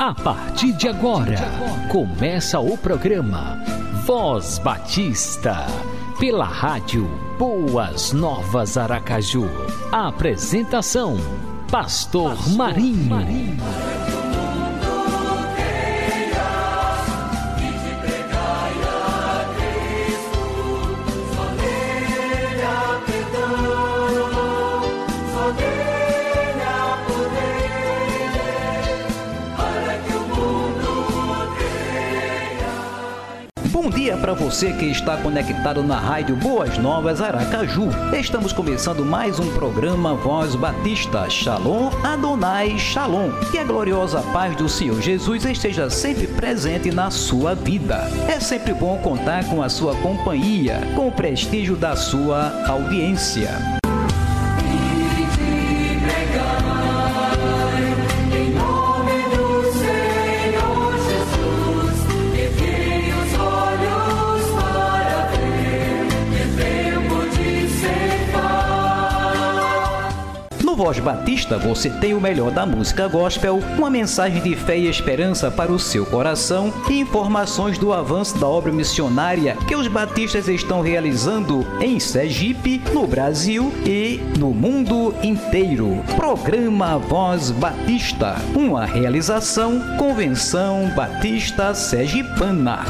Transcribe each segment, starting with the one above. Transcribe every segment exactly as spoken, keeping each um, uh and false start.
A partir de agora, começa o programa Voz Batista, pela rádio Boas Novas Aracaju. A apresentação, Pastor, Pastor Marinho. Marinho. Bom dia para você que está conectado na rádio Boas Novas Aracaju. Estamos começando mais um programa Voz Batista. Shalom Adonai Shalom. Que a gloriosa paz do Senhor Jesus esteja sempre presente na sua vida. É sempre bom contar com a sua companhia, com o prestígio da sua audiência. No Voz Batista você tem o melhor da música gospel, uma mensagem de fé e esperança para o seu coração e informações do avanço da obra missionária que os batistas estão realizando em Sergipe, no Brasil e no mundo inteiro. Programa Voz Batista, uma realização Convenção Batista Sergipana.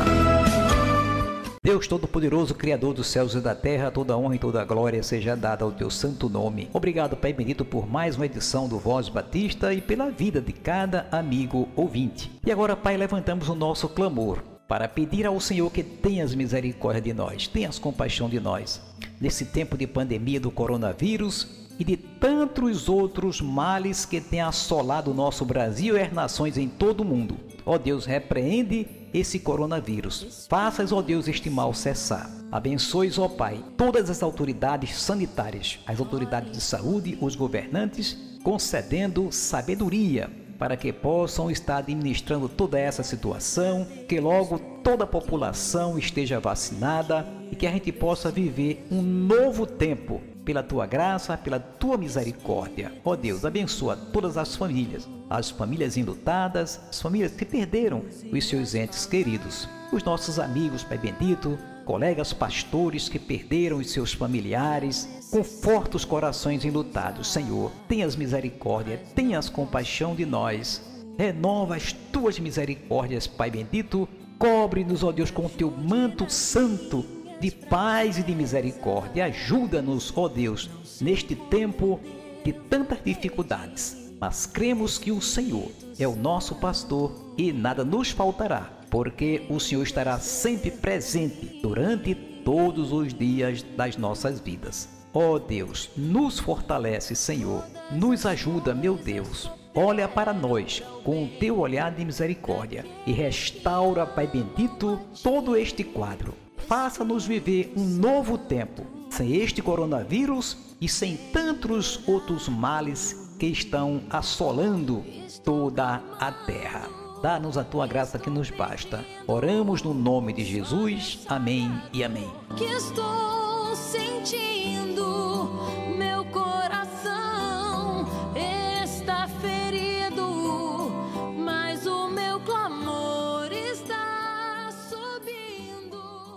Deus Todo-Poderoso, Criador dos céus e da terra, toda honra e toda glória seja dada ao teu santo nome. Obrigado, Pai bendito, por mais uma edição do Voz Batista e pela vida de cada amigo ouvinte. E agora, Pai, levantamos o nosso clamor para pedir ao Senhor que tenhas misericórdia de nós, tenhas compaixão de nós. Nesse tempo de pandemia do coronavírus e de tantos outros males que têm assolado o nosso Brasil e as nações em todo o mundo. Ó Deus, repreende esse coronavírus. Faças, ó Deus, este mal cessar. Abençoes, ó Pai, todas as autoridades sanitárias, as autoridades de saúde, os governantes, concedendo sabedoria para que possam estar administrando toda essa situação, que logo toda a população esteja vacinada e que a gente possa viver um novo tempo pela Tua graça, pela Tua misericórdia. Ó Deus, abençoa todas as famílias, as famílias enlutadas, as famílias que perderam os seus entes queridos, os nossos amigos, Pai bendito, colegas pastores que perderam os seus familiares. Conforta os corações enlutados, Senhor. Tenhas misericórdia, tenhas compaixão de nós. Renova as Tuas misericórdias, Pai bendito. Cobre-nos, ó Deus, com o Teu manto santo de paz e de misericórdia. Ajuda-nos, ó Deus, neste tempo de tantas dificuldades. Mas cremos que o Senhor é o nosso pastor e nada nos faltará, porque o Senhor estará sempre presente durante todos os dias das nossas vidas. Ó Deus, nos fortalece, Senhor, nos ajuda, meu Deus. Olha para nós com o Teu olhar de misericórdia e restaura, Pai bendito, todo este quadro. Faça-nos viver um novo tempo, sem este coronavírus e sem tantos outros males que estão assolando toda a terra. Dá-nos a Tua graça que nos basta. Oramos no nome de Jesus. Amém e amém. Que estou sentindo, meu coração está ferido, mas o meu clamor está subindo.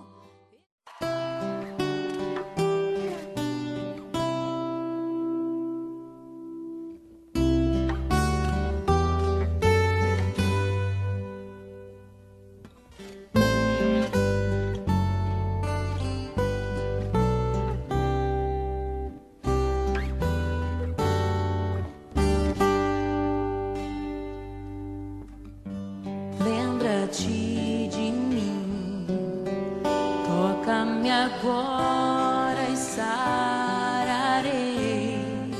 Lembra-te de mim, toca-me agora e sararei.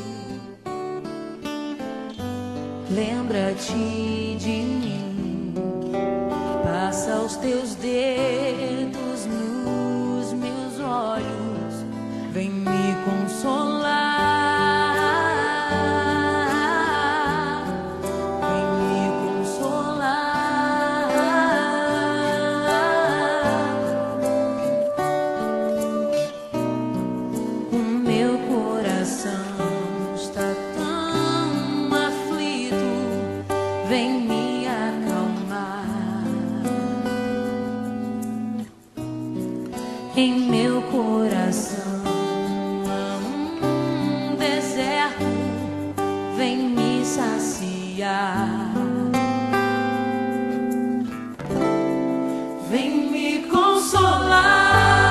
Lembra-te de mim, passa os teus dedos nos meus olhos, vem me consolar. Vem me acalmar. vem me saciar. Vem me consolar.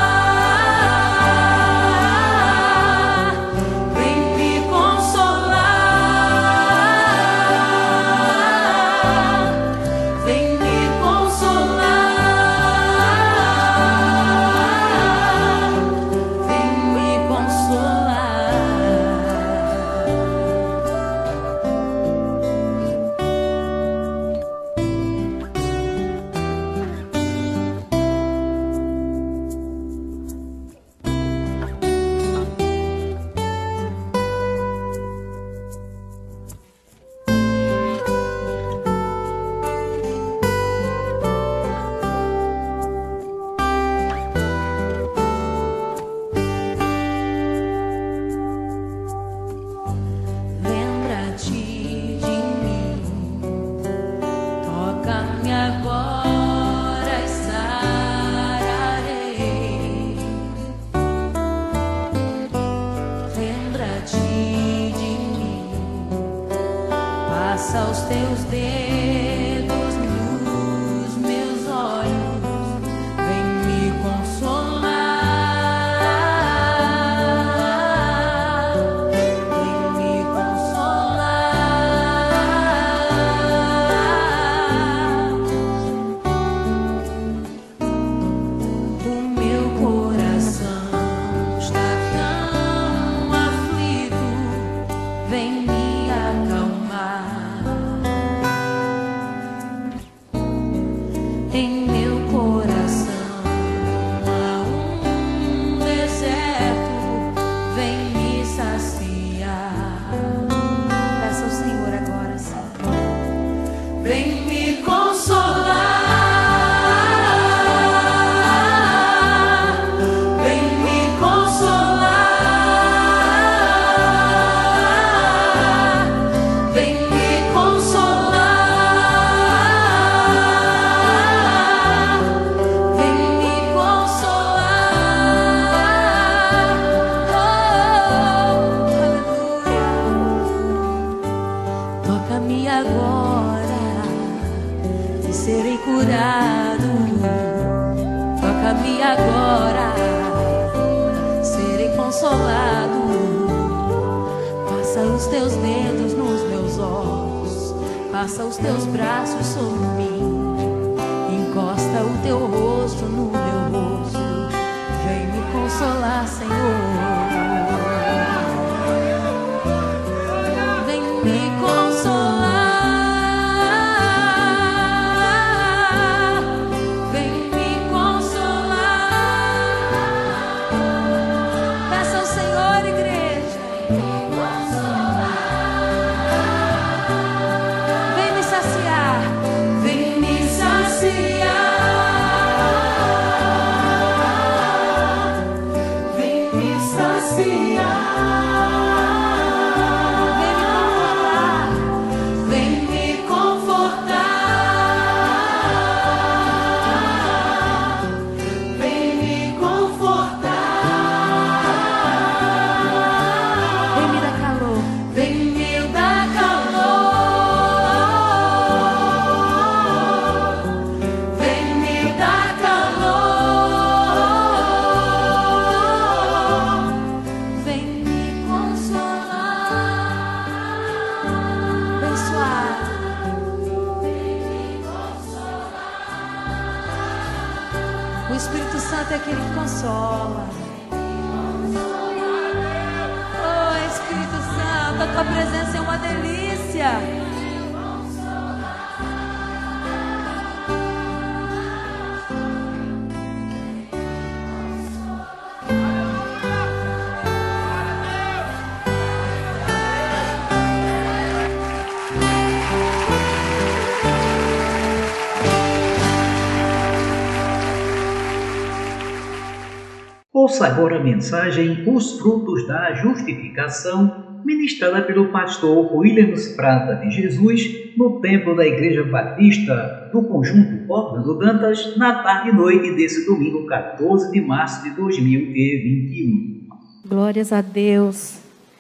Passa os teus dedos nos meus olhos, vem me consolar, vem me consolar. O meu coração está tão aflito, vem me acalmar. Em meu coração há um deserto, vem me saciar. Peça ao Senhor agora, sim. Vem me consolar, vem me consolar, vem me consolar. Toca-me agora e serei curado. Toca-me agora, serei consolado. Passa os teus dedos nos meus olhos, passa os teus braços sobre mim, encosta o teu rosto no meu rosto, vem me consolar, Senhor. O Espírito Santo é aquele que consola. Oh, Espírito Santo, a tua presença é uma delícia. Ouça agora a mensagem Os Frutos da Justificação, ministrada pelo pastor Williams Prata de Jesus, no templo da Igreja Batista do Conjunto Orlando Dantas, na tarde e noite desse domingo, quatorze de março de dois mil e vinte e um. Glórias a Deus.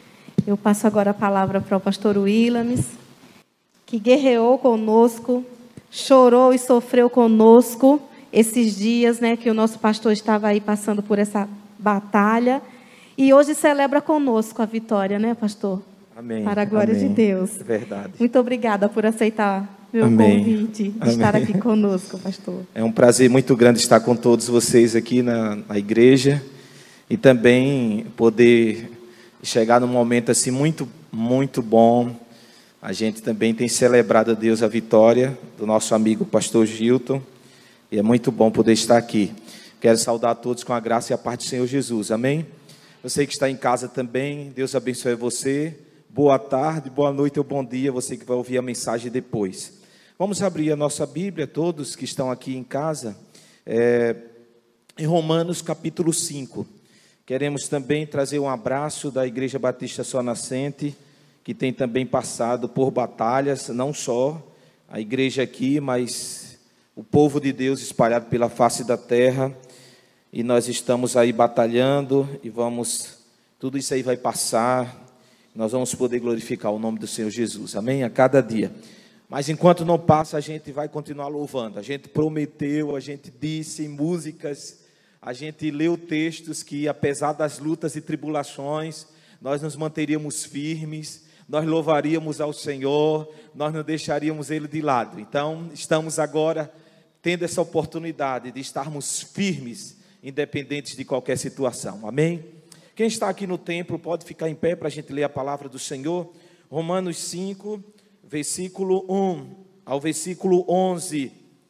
Eu passo agora a palavra para o pastor Willames, que guerreou conosco, chorou e sofreu conosco esses dias, né, que o nosso pastor estava aí passando por essa batalha. E hoje celebra conosco a vitória, né, pastor? Amém. Para a glória Amém. de Deus. É verdade. Muito obrigada por aceitar meu Amém. convite de Amém. estar aqui conosco, pastor. É um prazer muito grande estar com todos vocês aqui na, na igreja e também poder chegar num momento assim muito, muito bom. A gente também tem celebrado a Deus a vitória do nosso amigo pastor Gilton e é muito bom poder estar aqui. Quero saudar a todos com a graça e a paz do Senhor Jesus. Amém? Eu sei que está em casa também. Deus abençoe você. Boa tarde, boa noite ou bom dia, você que vai ouvir a mensagem depois. Vamos abrir a nossa Bíblia, todos que estão aqui em casa, é, em Romanos capítulo cinco. Queremos também trazer um abraço da Igreja Batista Sol Nascente, que tem também passado por batalhas, não só a igreja aqui, mas o povo de Deus espalhado pela face da terra. E nós estamos aí batalhando e vamos, tudo isso aí vai passar, nós vamos poder glorificar o nome do Senhor Jesus, amém? A cada dia. Mas enquanto não passa, a gente vai continuar louvando. A gente prometeu, a gente disse em músicas, a gente leu textos que apesar das lutas e tribulações, nós nos manteríamos firmes, nós louvaríamos ao Senhor, nós não deixaríamos Ele de lado. Então, estamos agora tendo essa oportunidade de estarmos firmes, independentes de qualquer situação, amém? Quem está aqui no templo pode ficar em pé para a gente ler a palavra do Senhor. Romanos cinco, versículo um ao versículo onze.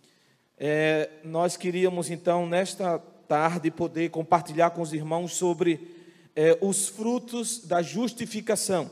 É, nós queríamos então nesta tarde poder compartilhar com os irmãos sobre é, os frutos da justificação.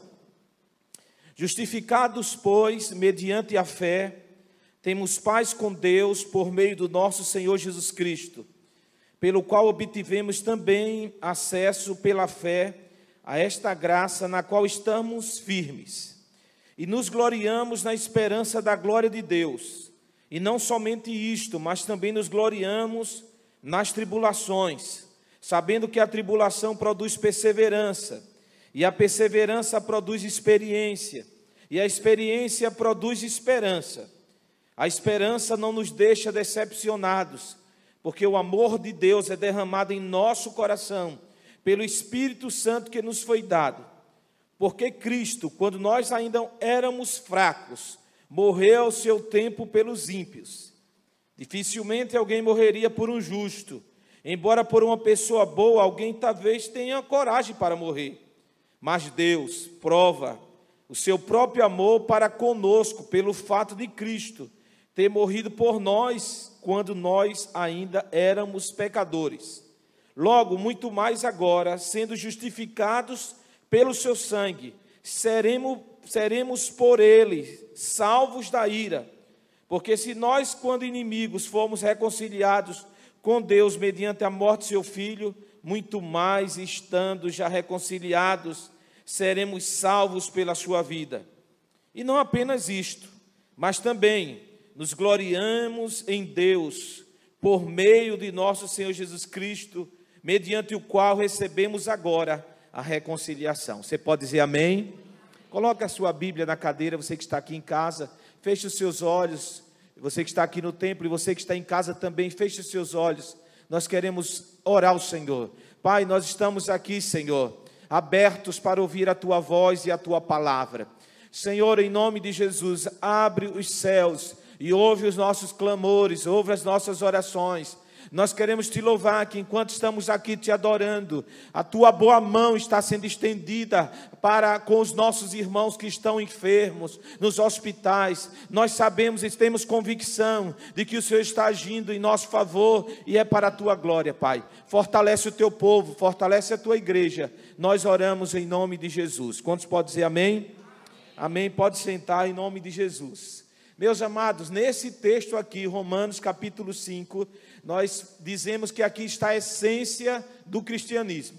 Justificados, pois, mediante a fé, temos paz com Deus por meio do nosso Senhor Jesus Cristo, pelo qual obtivemos também acesso pela fé a esta graça na qual estamos firmes. E nos gloriamos na esperança da glória de Deus. E não somente isto, mas também nos gloriamos nas tribulações, sabendo que a tribulação produz perseverança, e a perseverança produz experiência, e a experiência produz esperança. A esperança não nos deixa decepcionados, porque o amor de Deus é derramado em nosso coração, pelo Espírito Santo que nos foi dado. Porque Cristo, quando nós ainda éramos fracos, morreu ao seu tempo pelos ímpios. Dificilmente alguém morreria por um justo, embora por uma pessoa boa, alguém talvez tenha coragem para morrer. Mas Deus prova o seu próprio amor para conosco, pelo fato de Cristo ter morrido por nós, quando nós ainda éramos pecadores. Logo, muito mais agora, sendo justificados pelo seu sangue, seremos, seremos por ele salvos da ira. Porque se nós, quando inimigos, fomos reconciliados com Deus mediante a morte de seu Filho, muito mais, estando já reconciliados, seremos salvos pela sua vida. E não apenas isto, mas também nos gloriamos em Deus, por meio de nosso Senhor Jesus Cristo, mediante o qual recebemos agora a reconciliação. Você pode dizer amém? Coloque a sua Bíblia na cadeira, você que está aqui em casa, feche os seus olhos, você que está aqui no templo e você que está em casa também, feche os seus olhos. Nós queremos orar ao Senhor. Pai, nós estamos aqui, Senhor, abertos para ouvir a Tua voz e a Tua palavra. Senhor, em nome de Jesus, abre os céus e ouve os nossos clamores, ouve as nossas orações. Nós queremos te louvar que enquanto estamos aqui te adorando, a tua boa mão está sendo estendida para com os nossos irmãos que estão enfermos, nos hospitais. Nós sabemos e temos convicção de que o Senhor está agindo em nosso favor e é para a tua glória, Pai. Fortalece o teu povo, fortalece a tua igreja. Nós oramos em nome de Jesus. Quantos podem dizer amém? Amém. Pode sentar em nome de Jesus. Meus amados, nesse texto aqui, Romanos capítulo cinco, nós dizemos que aqui está a essência do cristianismo.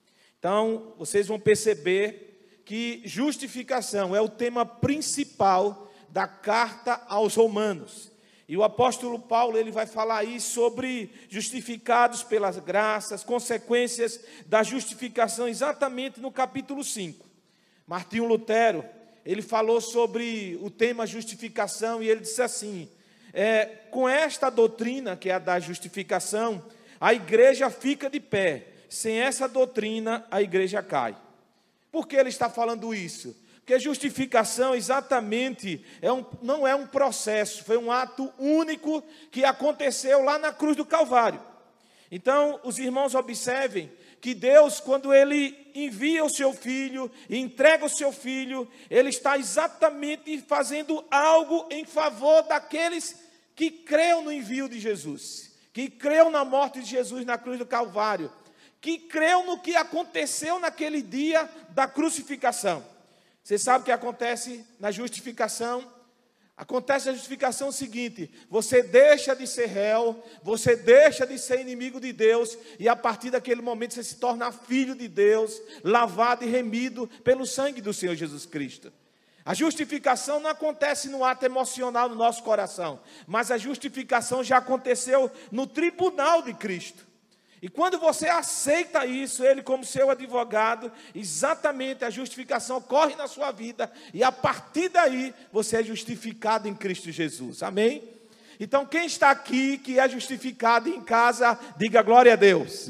Então, vocês vão perceber que justificação é o tema principal da carta aos Romanos. E o apóstolo Paulo, ele vai falar aí sobre justificados pelas graças, consequências da justificação, exatamente no capítulo cinco. Martinho Lutero, ele falou sobre o tema justificação e ele disse assim, é, com esta doutrina, que é a da justificação, a igreja fica de pé. Sem essa doutrina, a igreja cai. Por que ele está falando isso? Porque justificação exatamente é um, não é um processo, foi um ato único que aconteceu lá na cruz do Calvário. Então, os irmãos observem que Deus, quando Ele envia o seu Filho, entrega o seu Filho, Ele está exatamente fazendo algo em favor daqueles que creram no envio de Jesus, que creram na morte de Jesus na cruz do Calvário, que creram no que aconteceu naquele dia da crucificação. Você sabe o que acontece na justificação? Acontece na justificação o seguinte, você deixa de ser réu, você deixa de ser inimigo de Deus, e a partir daquele momento você se torna filho de Deus, lavado e remido pelo sangue do Senhor Jesus Cristo. A justificação não acontece no ato emocional no nosso coração, mas a justificação já aconteceu no tribunal de Cristo. E quando você aceita isso, Ele como seu advogado, exatamente a justificação ocorre na sua vida, e a partir daí você é justificado em Cristo Jesus, amém? Então quem está aqui que é justificado em casa, diga glória a Deus,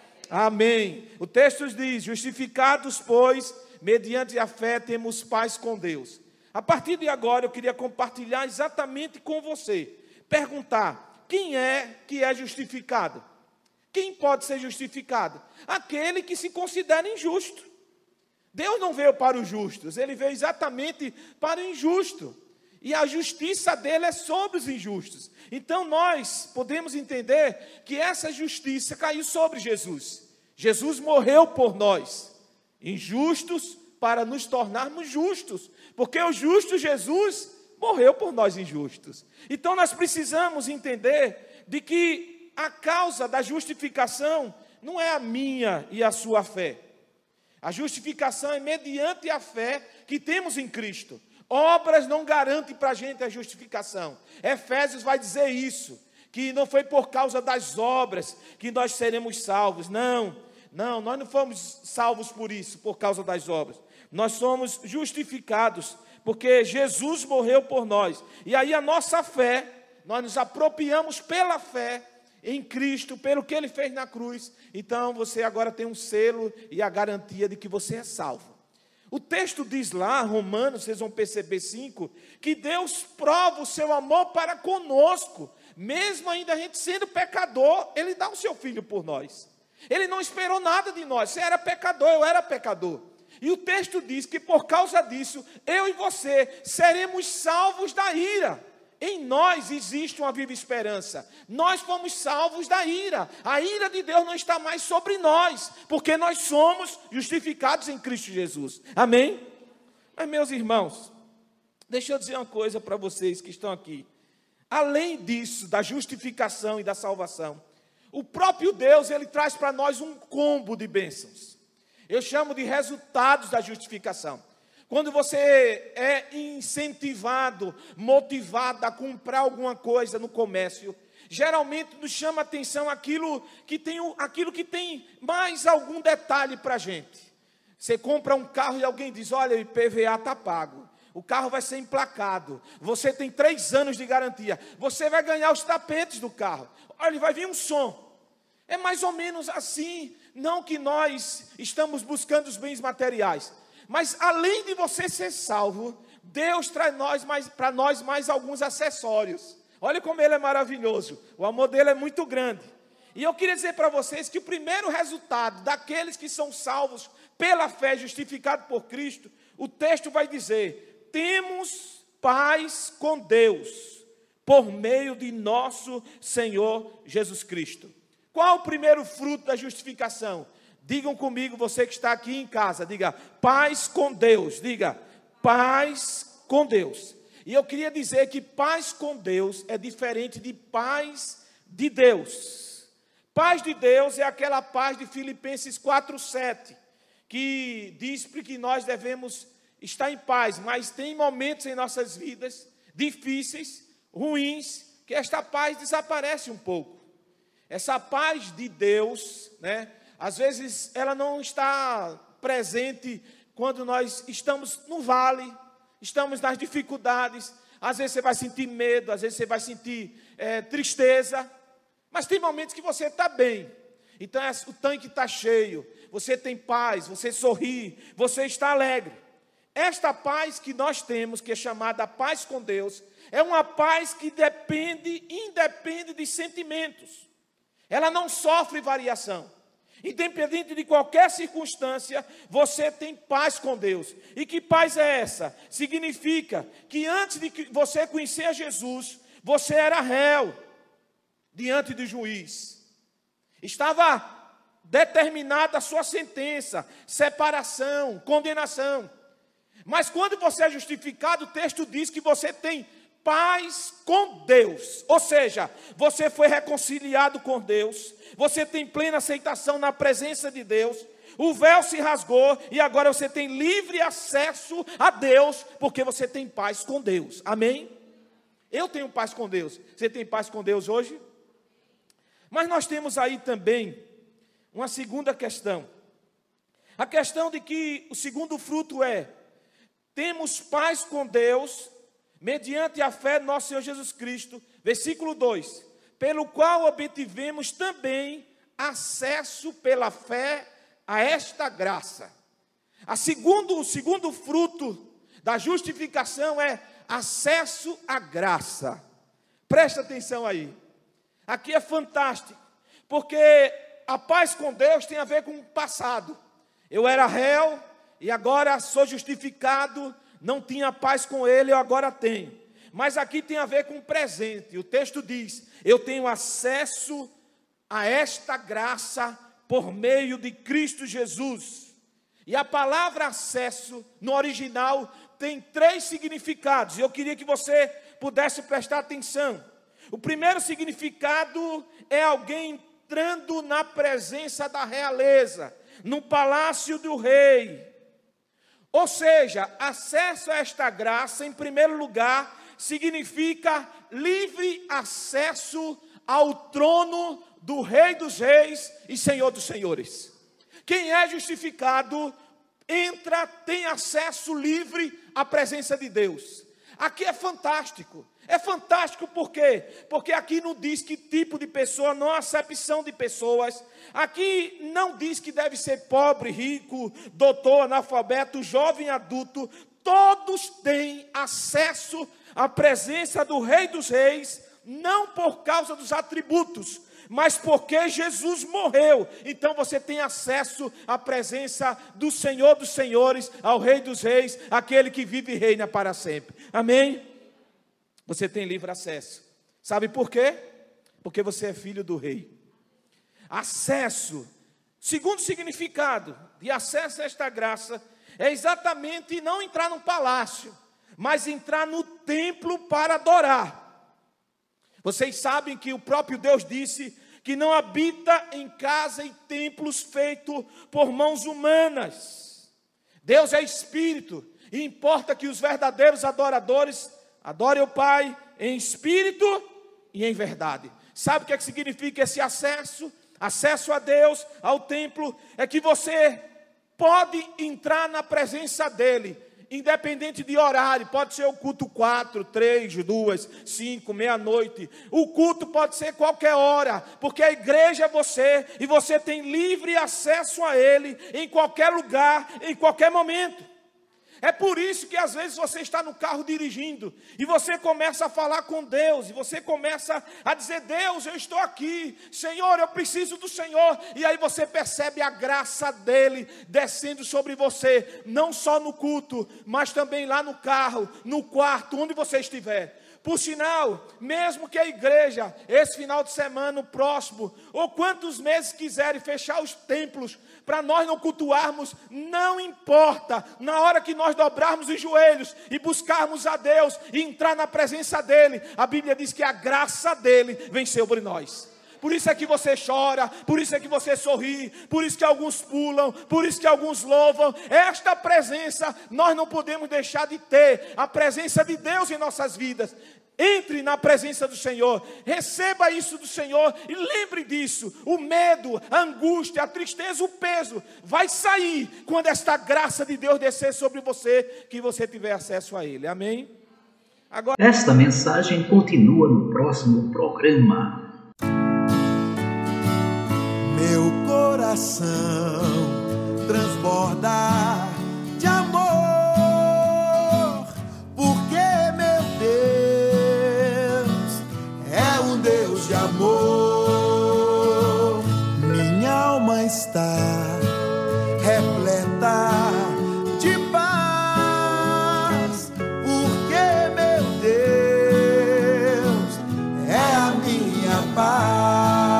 amém. O texto diz, justificados pois, mediante a fé temos paz com Deus. A partir de agora eu queria compartilhar exatamente com você, perguntar, quem é que é justificado? Quem pode ser justificado? Aquele que se considera injusto. Deus não veio para os justos, Ele veio exatamente para o injusto. E a justiça dele é sobre os injustos. Então nós podemos entender que essa justiça caiu sobre Jesus. Jesus morreu por nós, injustos, para nos tornarmos justos. Porque o justo Jesus morreu por nós injustos. Então nós precisamos entender de que a causa da justificação não é a minha e a sua fé. A justificação é mediante a fé que temos em Cristo. Obras não garantem para a gente a justificação. Efésios vai dizer isso, que não foi por causa das obras que nós seremos salvos. Não, não, nós não fomos salvos por isso, por causa das obras. Nós somos justificados, porque Jesus morreu por nós. E aí a nossa fé, nós nos apropriamos pela fé, em Cristo, pelo que Ele fez na cruz. Então você agora tem um selo e a garantia de que você é salvo. O texto diz lá, Romanos, vocês vão perceber cinco, que Deus prova o seu amor para conosco, mesmo ainda a gente sendo pecador, Ele dá o seu Filho por nós. Ele não esperou nada de nós, você era pecador, eu era pecador. E o texto diz que por causa disso, eu e você seremos salvos da ira. Em nós existe uma viva esperança. Nós fomos salvos da ira. A ira de Deus não está mais sobre nós, porque nós somos justificados em Cristo Jesus. Amém? Mas, meus irmãos, deixa eu dizer uma coisa para vocês que estão aqui. Além disso, da justificação e da salvação, o próprio Deus, Ele traz para nós um combo de bênçãos. Eu chamo de resultados da justificação. Quando você é incentivado, motivado a comprar alguma coisa no comércio, geralmente nos chama a atenção aquilo que tem, aquilo que tem mais algum detalhe para a gente. Você compra um carro e alguém diz, olha, o I P V A está pago, o carro vai ser emplacado, você tem três anos de garantia, você vai ganhar os tapetes do carro, olha, vai vir um som. É mais ou menos assim, não que nós estamos buscando os bens materiais, mas além de você ser salvo, Deus traz nós mais, para nós mais alguns acessórios. Olha como Ele é maravilhoso. O amor dele é muito grande. E eu queria dizer para vocês que o primeiro resultado daqueles que são salvos pela fé, justificados por Cristo, o texto vai dizer, temos paz com Deus, por meio de nosso Senhor Jesus Cristo. Qual o primeiro fruto da justificação? Digam comigo, você que está aqui em casa, diga, paz com Deus, diga, paz com Deus. E eu queria dizer que paz com Deus é diferente de paz de Deus. Paz de Deus é aquela paz de Filipenses quatro, sete, que diz que nós devemos estar em paz, mas tem momentos em nossas vidas difíceis, ruins, que esta paz desaparece um pouco. Essa paz de Deus, né? Às vezes ela não está presente quando nós estamos no vale, estamos nas dificuldades, às vezes você vai sentir medo, às vezes você vai sentir é, tristeza, mas tem momentos que você está bem. Então o tanque está cheio, você tem paz, você sorri, você está alegre. Esta paz que nós temos, que é chamada paz com Deus, é uma paz que depende, independe de sentimentos. Ela não sofre variação. Independente de qualquer circunstância, você tem paz com Deus. E que paz é essa? Significa que antes de você conhecer Jesus, você era réu diante do juiz. Estava determinada a sua sentença, separação, condenação. Mas quando você é justificado, o texto diz que você tem paz com Deus. Ou seja, você foi reconciliado com Deus, você tem plena aceitação na presença de Deus, o véu se rasgou e agora você tem livre acesso a Deus, porque você tem paz com Deus. Amém? Eu tenho paz com Deus. Você tem paz com Deus hoje? Mas nós temos aí também uma segunda questão. A questão de que o segundo fruto é: temos paz com Deus mediante a fé no nosso Senhor Jesus Cristo, versículo dois, pelo qual obtivemos também acesso pela fé a esta graça. A segundo, o segundo fruto da justificação é acesso à graça. Presta atenção aí. Aqui é fantástico, porque a paz com Deus tem a ver com o passado. Eu era réu e agora sou justificado. Não tinha paz com ele, eu agora tenho. Mas aqui tem a ver com o presente. O texto diz: eu tenho acesso a esta graça por meio de Cristo Jesus. E a palavra acesso, no original, tem três significados. Eu queria que você pudesse prestar atenção. O primeiro significado é alguém entrando na presença da realeza, no palácio do rei. Ou seja, acesso a esta graça, em primeiro lugar, significa livre acesso ao trono do Rei dos Reis e Senhor dos Senhores. Quem é justificado, entra, tem acesso livre à presença de Deus. Aqui é fantástico. É fantástico por quê? Porque aqui não diz que tipo de pessoa, não há acepção de pessoas. Aqui não diz que deve ser pobre, rico, doutor, analfabeto, jovem, adulto. Todos têm acesso à presença do Rei dos Reis, não por causa dos atributos, mas porque Jesus morreu. Então você tem acesso à presença do Senhor dos Senhores, ao Rei dos Reis, aquele que vive e reina para sempre. Amém? Você tem livre acesso. Sabe por quê? Porque você é filho do rei. Acesso, segundo significado de acesso a esta graça, é exatamente não entrar num palácio, mas entrar no templo para adorar. Vocês sabem que o próprio Deus disse que não habita em casa e templos feitos por mãos humanas. Deus é espírito e importa que os verdadeiros adoradores adore o Pai em espírito e em verdade. Sabe o que é que significa esse acesso? Acesso a Deus, ao templo, é que você pode entrar na presença dEle, independente de horário. Pode ser o culto quatro, três, duas, cinco, meia-noite. O culto pode ser qualquer hora, porque a igreja é você, e você tem livre acesso a Ele, em qualquer lugar, em qualquer momento. É por isso que às vezes você está no carro dirigindo e você começa a falar com Deus, e você começa a dizer: Deus, eu estou aqui, Senhor, eu preciso do Senhor. E aí você percebe a graça dEle descendo sobre você, não só no culto, mas também lá no carro, no quarto, onde você estiver. Por sinal, mesmo que a igreja, esse final de semana, o próximo, ou quantos meses quiserem fechar os templos, para nós não cultuarmos, não importa. Na hora que nós dobrarmos os joelhos e buscarmos a Deus e entrar na presença dEle, a Bíblia diz que a graça dEle vem sobre nós. Por isso é que você chora, por isso é que você sorri, por isso que alguns pulam, por isso que alguns louvam. Esta presença nós não podemos deixar de ter, a presença de Deus em nossas vidas. Entre na presença do Senhor, receba isso do Senhor e lembre disso. O medo, a angústia, a tristeza, o peso vai sair quando esta graça de Deus descer sobre você, que você tiver acesso a Ele. Amém? Agora... Esta mensagem continua no próximo programa. Meu coração transborda de amor, porque meu Deus é um Deus de amor. Minha alma está repleta de paz, porque meu Deus é a minha paz.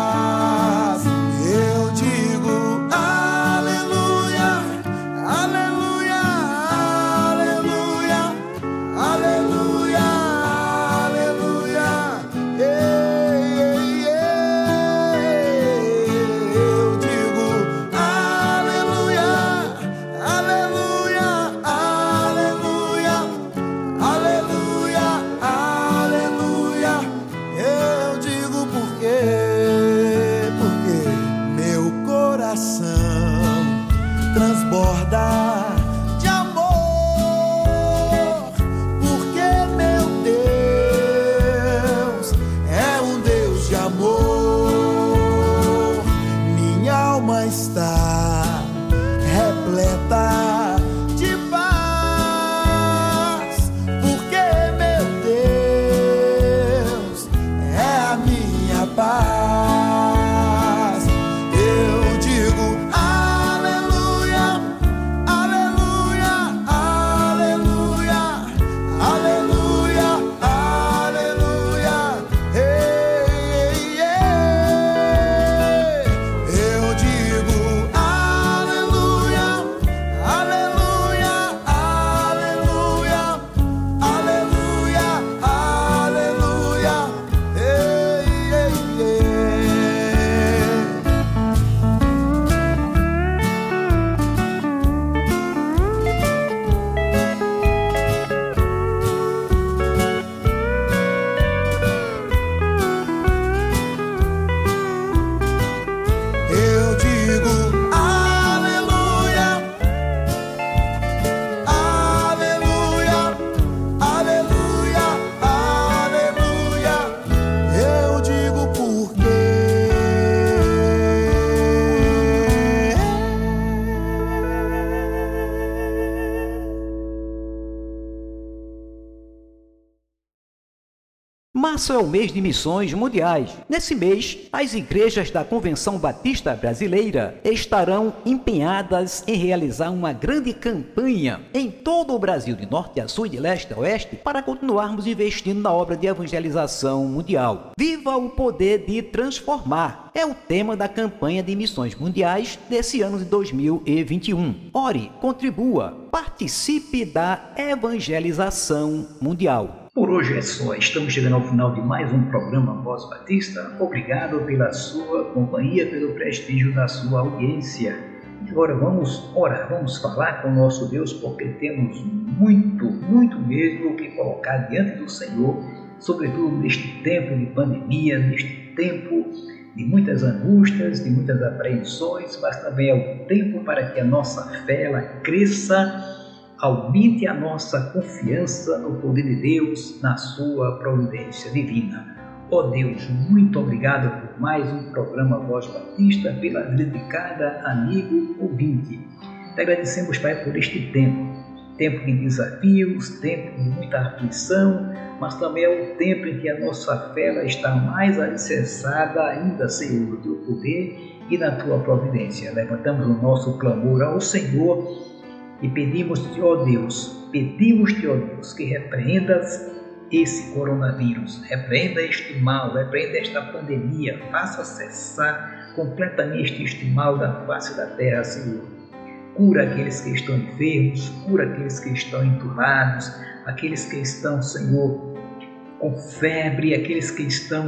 Março é o mês de missões mundiais. Nesse mês, as igrejas da Convenção Batista Brasileira estarão empenhadas em realizar uma grande campanha em todo o Brasil, de norte a sul e de leste a oeste, para continuarmos investindo na obra de evangelização mundial. Viva o poder de transformar! É o tema da campanha de missões mundiais desse ano de dois mil e vinte e um. Ore, contribua, participe da evangelização mundial. Por hoje é só, estamos chegando ao final de mais um programa Voz Batista. Obrigado pela sua companhia, pelo prestígio da sua audiência. E agora vamos orar, vamos falar com o nosso Deus, porque temos muito, muito mesmo o que colocar diante do Senhor, sobretudo neste tempo de pandemia, neste tempo de muitas angústias, de muitas apreensões, mas também é o tempo para que a nossa fé ela cresça, aumente a nossa confiança no poder de Deus, na sua providência divina. Ó Deus, muito obrigado por mais um programa Voz Batista, pela vida de cada amigo ouvinte. Te agradecemos, Pai, por este tempo, tempo de desafios, tempo de muita aflição, mas também é o tempo em que a nossa fé ela está mais alicerçada ainda, Senhor, no teu poder e na tua providência. Levantamos o nosso clamor ao Senhor e pedimos-te, ó Deus, pedimos-te, ó Deus, que repreendas esse coronavírus, repreenda este mal, repreenda esta pandemia, faça cessar completamente este mal da face da terra, Senhor. Cura aqueles que estão enfermos, cura aqueles que estão entulados, aqueles que estão, Senhor, com febre, aqueles que estão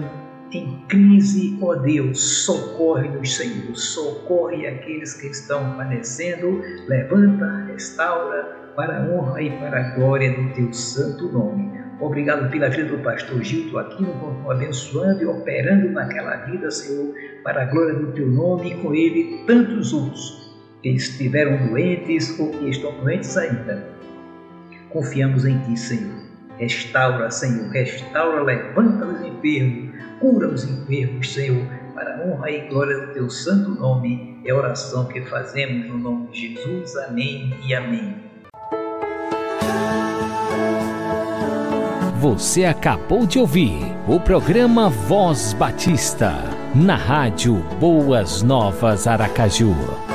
em crise, ó Deus, socorre-nos, Senhor, socorre aqueles que estão padecendo, levanta, restaura, para a honra e para a glória do teu santo nome. Obrigado pela vida do pastor Gilton aqui, abençoando e operando naquela vida, Senhor, para a glória do teu nome, e com ele tantos outros que estiveram doentes ou que estão doentes ainda. Confiamos em ti, Senhor. Restaura, Senhor, restaura, levanta os enfermos, cura os enfermos, Senhor, para a honra e glória do teu santo nome. É a oração que fazemos no nome de Jesus. Amém e amém. Você acabou de ouvir o programa Voz Batista, na rádio Boas Novas Aracaju.